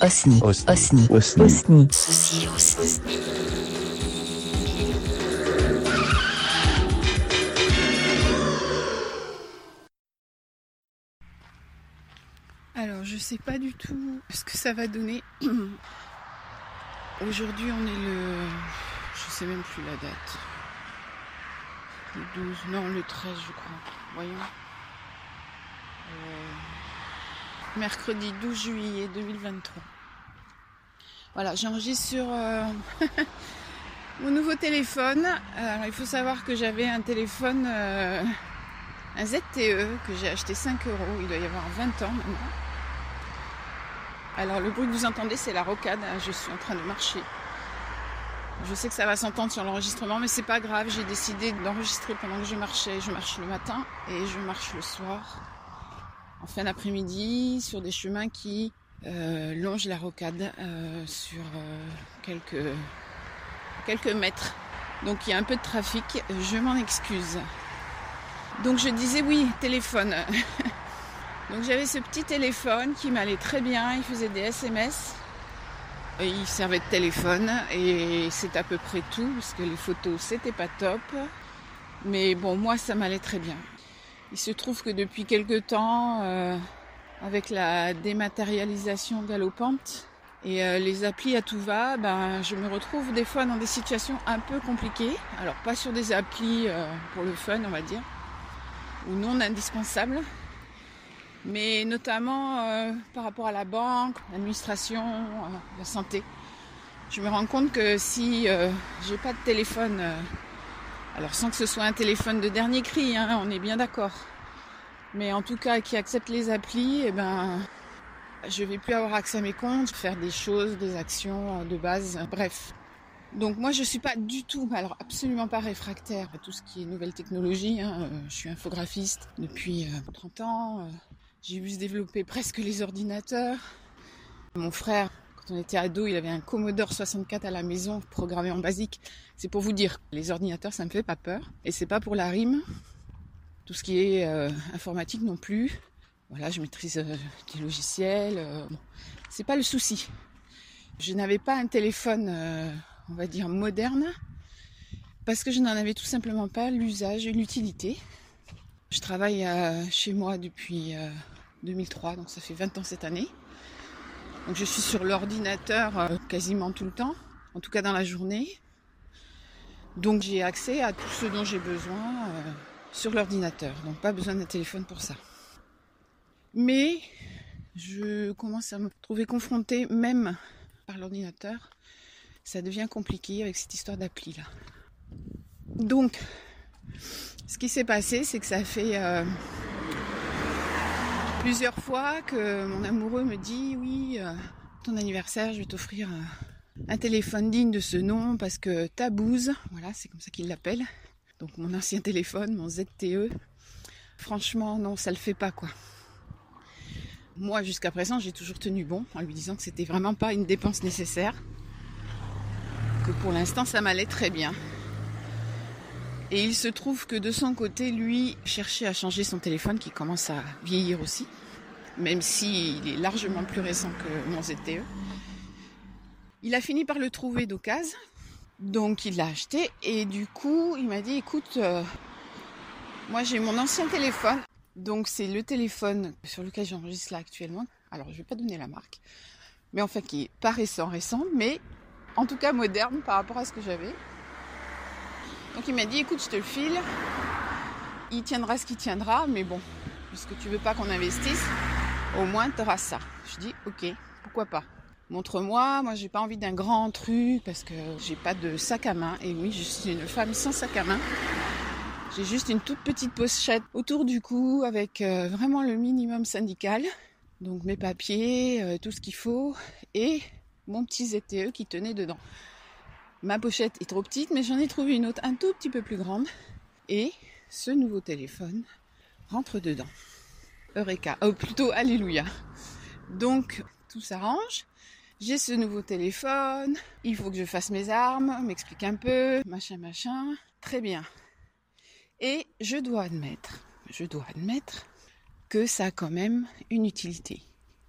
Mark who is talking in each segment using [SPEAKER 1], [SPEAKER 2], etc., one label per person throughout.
[SPEAKER 1] Osni.
[SPEAKER 2] Osni.
[SPEAKER 1] Osni.
[SPEAKER 2] Osni.
[SPEAKER 1] Osni.
[SPEAKER 3] Alors, je sais pas du tout ce que ça va donner. Aujourd'hui, on est le... Je sais même plus la date. Le 12, non, le 13, je crois. Voyons. Mercredi 12 juillet 2023. Voilà, j'enregistre sur mon nouveau téléphone. Alors, il faut savoir que j'avais un téléphone, un ZTE, que j'ai acheté 5€. Il doit y avoir 20 ans maintenant. Alors, le bruit que vous entendez, c'est la rocade. Je suis en train de marcher. Je sais que ça va s'entendre sur l'enregistrement, mais c'est pas grave. J'ai décidé d'enregistrer pendant que je marchais. Je marche le matin et je marche le soir, en fin d'après-midi, sur des chemins qui longent la rocade sur quelques mètres. Donc il y a un peu de trafic. Je m'en excuse. Donc je disais oui, téléphone. Donc j'avais ce petit téléphone qui m'allait très bien. Il faisait des SMS. Et il servait de téléphone et c'est à peu près tout parce que les photos c'était pas top, mais bon, moi ça m'allait très bien. Il se trouve que depuis quelque temps, avec la dématérialisation galopante et les applis à tout va, je me retrouve des fois dans des situations un peu compliquées. Alors pas sur des applis pour le fun, on va dire, ou non indispensables, mais notamment par rapport à la banque, l'administration, la santé. Je me rends compte que si j'ai pas de téléphone, alors sans que ce soit un téléphone de dernier cri, hein, on est bien d'accord, mais en tout cas qui accepte les applis, je vais plus avoir accès à mes comptes, faire des choses, des actions de base, bref. Donc moi je suis pas du tout, alors absolument pas réfractaire à tout ce qui est nouvelle technologie, hein. Je suis infographiste depuis 30 ans. J'ai vu se développer presque les ordinateurs. Mon frère, quand on était ado, il avait un Commodore 64 à la maison, programmé en BASIC. C'est pour vous dire, les ordinateurs, ça me fait pas peur. Et c'est pas pour la rime. Tout ce qui est informatique non plus. Voilà, je maîtrise des logiciels. Bon, c'est pas le souci. Je n'avais pas un téléphone, on va dire, moderne, parce que je n'en avais tout simplement pas l'usage et l'utilité. Je travaille chez moi depuis 2003, donc ça fait 20 ans cette année. Donc je suis sur l'ordinateur quasiment tout le temps, en tout cas dans la journée. Donc j'ai accès à tout ce dont j'ai besoin sur l'ordinateur, donc pas besoin d'un téléphone pour ça. Mais je commence à me trouver confrontée même par l'ordinateur. Ça devient compliqué avec cette histoire d'appli là. Donc, ce qui s'est passé, c'est que ça fait plusieurs fois que mon amoureux me dit « Oui, ton anniversaire, je vais t'offrir un téléphone digne de ce nom parce que ta bouse, voilà, c'est comme ça qu'il l'appelle, donc mon ancien téléphone, mon ZTE, franchement, non, ça le fait pas, quoi. » Moi, jusqu'à présent, j'ai toujours tenu bon en lui disant que c'était vraiment pas une dépense nécessaire, que pour l'instant, ça m'allait très bien. Et il se trouve que de son côté, lui, cherchait à changer son téléphone qui commence à vieillir aussi, même s'il est largement plus récent que mon ZTE. Il a fini par le trouver d'occasion, donc il l'a acheté et du coup, il m'a dit « Écoute, moi j'ai mon ancien téléphone, donc c'est le téléphone sur lequel j'enregistre là actuellement. Alors je ne vais pas donner la marque, mais en fait qui est pas récent, mais en tout cas moderne par rapport à ce que j'avais. » Donc il m'a dit, écoute, je te le file, il tiendra ce qu'il tiendra, mais bon, puisque tu veux pas qu'on investisse, au moins tu auras ça. Je dis, ok, pourquoi pas. Montre-moi, moi j'ai pas envie d'un grand truc, parce que j'ai pas de sac à main, et oui, je suis une femme sans sac à main. J'ai juste une toute petite pochette autour du cou, avec vraiment le minimum syndical, donc mes papiers, tout ce qu'il faut, et mon petit ZTE qui tenait dedans. Ma pochette est trop petite, mais j'en ai trouvé une autre un tout petit peu plus grande. Et ce nouveau téléphone rentre dedans. Eureka, plutôt Alléluia. Donc, tout s'arrange. J'ai ce nouveau téléphone. Il faut que je fasse mes armes, m'explique un peu, machin. Très bien. Et je dois admettre que ça a quand même une utilité.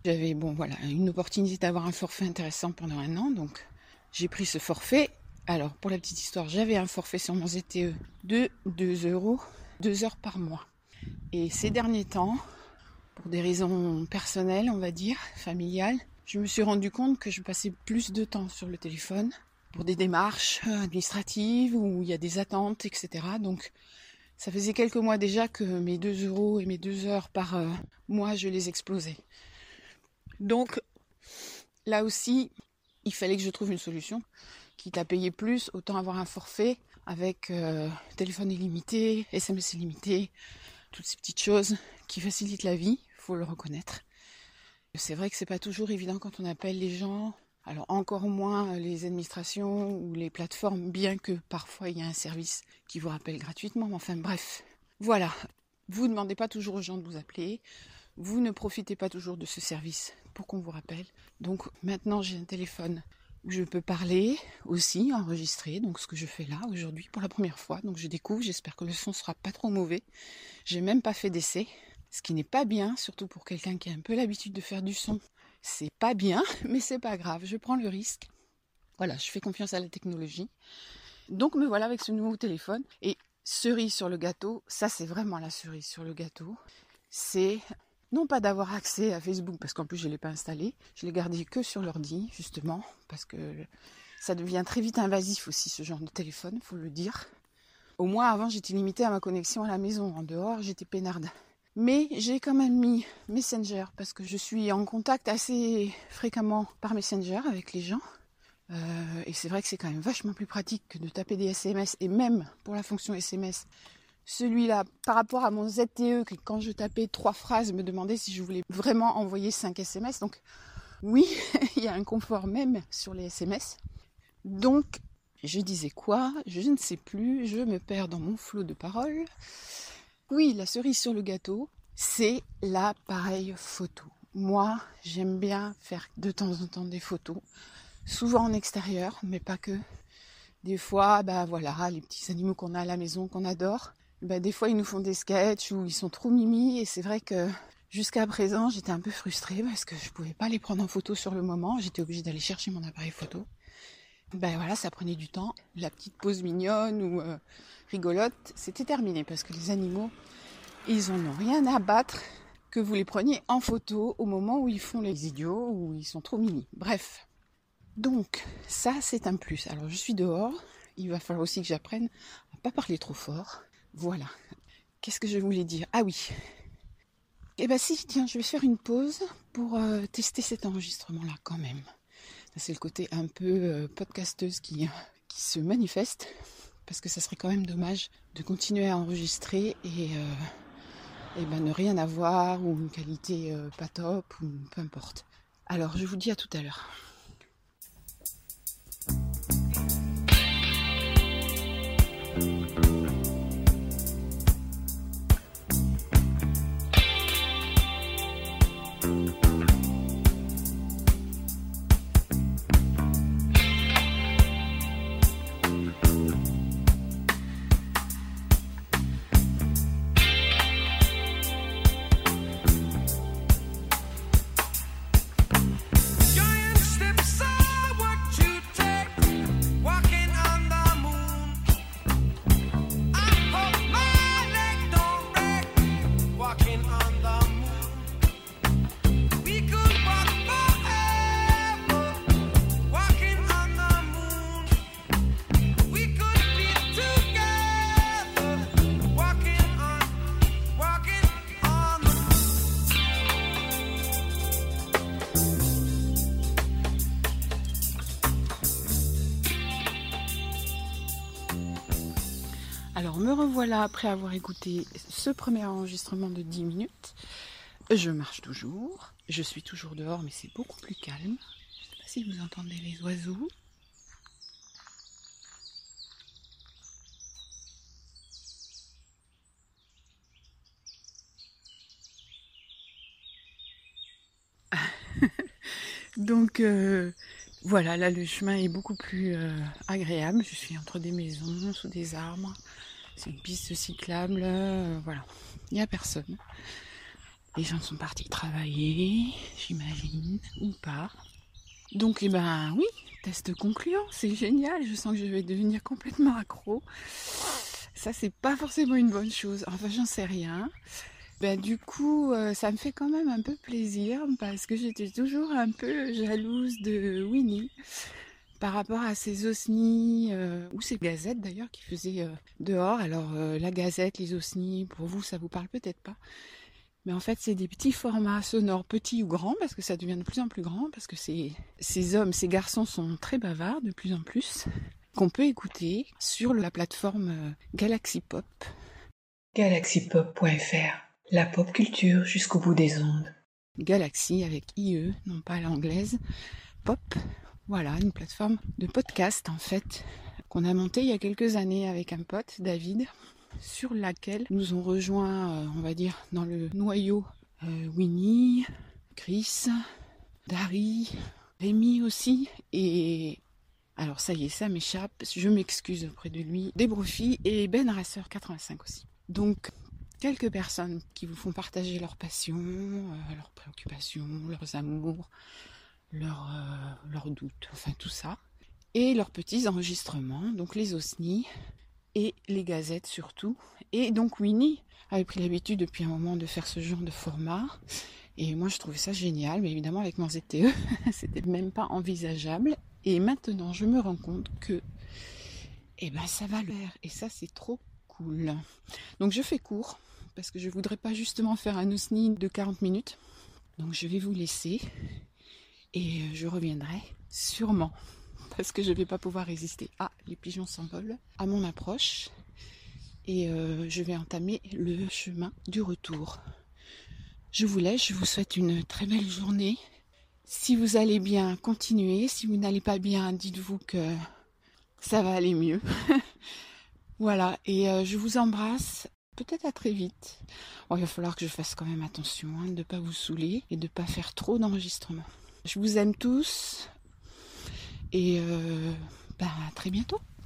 [SPEAKER 3] J'avais une opportunité d'avoir un forfait intéressant pendant 1 an, donc j'ai pris ce forfait. Alors pour la petite histoire, j'avais un forfait sur mon ZTE de 2 €, 2 heures par mois. Et ces derniers temps, pour des raisons personnelles, on va dire, familiales, je me suis rendu compte que je passais plus de temps sur le téléphone pour des démarches administratives où il y a des attentes, etc. Donc ça faisait quelques mois déjà que mes 2 € et mes 2 heures par mois, je les explosais. Donc là aussi, il fallait que je trouve une solution. Quitte à payer plus, autant avoir un forfait avec téléphone illimité, SMS illimité, toutes ces petites choses qui facilitent la vie, il faut le reconnaître. C'est vrai que c'est pas toujours évident quand on appelle les gens, alors encore moins les administrations ou les plateformes, bien que parfois il y a un service qui vous rappelle gratuitement, mais enfin bref. Voilà, vous ne demandez pas toujours aux gens de vous appeler, vous ne profitez pas toujours de ce service pour qu'on vous rappelle. Donc maintenant j'ai un téléphone où je peux parler aussi, enregistrer, donc ce que je fais là aujourd'hui pour la première fois. Donc je découvre, j'espère que le son sera pas trop mauvais. J'ai même pas fait d'essai, ce qui n'est pas bien, surtout pour quelqu'un qui a un peu l'habitude de faire du son. C'est pas bien, mais c'est pas grave, je prends le risque. Voilà, je fais confiance à la technologie. Donc me voilà avec ce nouveau téléphone. Et cerise sur le gâteau, ça c'est vraiment la cerise sur le gâteau, c'est non pas d'avoir accès à Facebook, parce qu'en plus je ne l'ai pas installé, je l'ai gardé que sur l'ordi, justement, parce que ça devient très vite invasif aussi ce genre de téléphone, il faut le dire. Au moins avant j'étais limitée à ma connexion à la maison, en dehors j'étais peinarde. Mais j'ai quand même mis Messenger, parce que je suis en contact assez fréquemment par Messenger avec les gens. Et c'est vrai que c'est quand même vachement plus pratique que de taper des SMS, et même pour la fonction SMS, celui-là, par rapport à mon ZTE, que quand je tapais 3 phrases, me demandait si je voulais vraiment envoyer 5 SMS. Donc oui, il y a un confort même sur les SMS. Donc, je disais quoi ? Je ne sais plus, je me perds dans mon flot de paroles. Oui, la cerise sur le gâteau, c'est l'appareil photo. Moi, j'aime bien faire de temps en temps des photos, souvent en extérieur, mais pas que. Des fois, les petits animaux qu'on a à la maison, qu'on adore, des fois ils nous font des sketchs où ils sont trop mimi, et c'est vrai que jusqu'à présent j'étais un peu frustrée parce que je pouvais pas les prendre en photo sur le moment, j'étais obligée d'aller chercher mon appareil photo. Ça prenait du temps. La petite pause mignonne ou rigolote, c'était terminé parce que les animaux, ils en ont rien à battre que vous les preniez en photo au moment où ils font les idiots ou ils sont trop mimi. Bref. Donc, ça c'est un plus. Alors je suis dehors, il va falloir aussi que j'apprenne à pas parler trop fort. Voilà. Qu'est-ce que je voulais dire ? Ah oui. Je vais faire une pause pour tester cet enregistrement-là quand même. Ça, c'est le côté un peu podcasteuse qui se manifeste, parce que ça serait quand même dommage de continuer à enregistrer et ne rien avoir, ou une qualité pas top, ou peu importe. Alors, je vous dis à tout à l'heure. Alors me revoilà après avoir écouté ce premier enregistrement de 10 minutes. Je marche toujours, je suis toujours dehors mais c'est beaucoup plus calme. Je ne sais pas si vous entendez les oiseaux. Donc voilà, là le chemin est beaucoup plus agréable. Je suis entre des maisons, sous des arbres. C'est une piste cyclable, voilà. Il n'y a personne. Les gens sont partis travailler, j'imagine, ou pas. Donc, eh ben oui, test concluant, c'est génial. Je sens que je vais devenir complètement accro. Ça, c'est pas forcément une bonne chose. Enfin, j'en sais rien. Ben, du coup, ça me fait quand même un peu plaisir parce que j'étais toujours un peu jalouse de Winnie par rapport à ces osnis ou ces gazettes d'ailleurs qui faisaient dehors. Alors, la gazette, les osnis, pour vous, ça vous parle peut-être pas. Mais en fait, c'est des petits formats sonores, petits ou grands, parce que ça devient de plus en plus grand, parce que ces hommes, ces garçons sont très bavards de plus en plus, qu'on peut écouter sur la plateforme Galaxy Pop.
[SPEAKER 1] Galaxypop.fr, la pop culture jusqu'au bout des ondes.
[SPEAKER 3] Galaxy avec IE, non pas l'anglaise, Pop. Voilà, une plateforme de podcast en fait, qu'on a montée il y a quelques années avec un pote, David, sur laquelle nous ont rejoint, on va dire, dans le noyau, Winnie, Chris, Dari, Rémi aussi, et alors ça y est, ça m'échappe, je m'excuse auprès de lui, Débrofi et Ben Racer 85 aussi. Donc, quelques personnes qui vous font partager leurs passions, leurs préoccupations, leurs amours, leurs doutes, enfin tout ça, et leurs petits enregistrements, donc les osnis, et les gazettes surtout. Et donc Winnie avait pris l'habitude depuis un moment de faire ce genre de format. Et moi je trouvais ça génial, mais évidemment avec mon ZTE, c'était même pas envisageable. Et maintenant je me rends compte que ça va le faire. Et ça c'est trop cool. Donc je fais court, parce que je voudrais pas justement faire un osni de 40 minutes. Donc je vais vous laisser. Et je reviendrai sûrement. Parce que je ne vais pas pouvoir résister. Ah, les pigeons s'envolent à mon approche. Et je vais entamer le chemin du retour. Je vous laisse, je vous souhaite une très belle journée. Si vous allez bien, continuez. Si vous n'allez pas bien, dites-vous que ça va aller mieux. Voilà, et je vous embrasse. Peut-être à très vite. Bon, il va falloir que je fasse quand même attention de ne pas vous saouler et de ne pas faire trop d'enregistrements. Je vous aime tous. Et à très bientôt.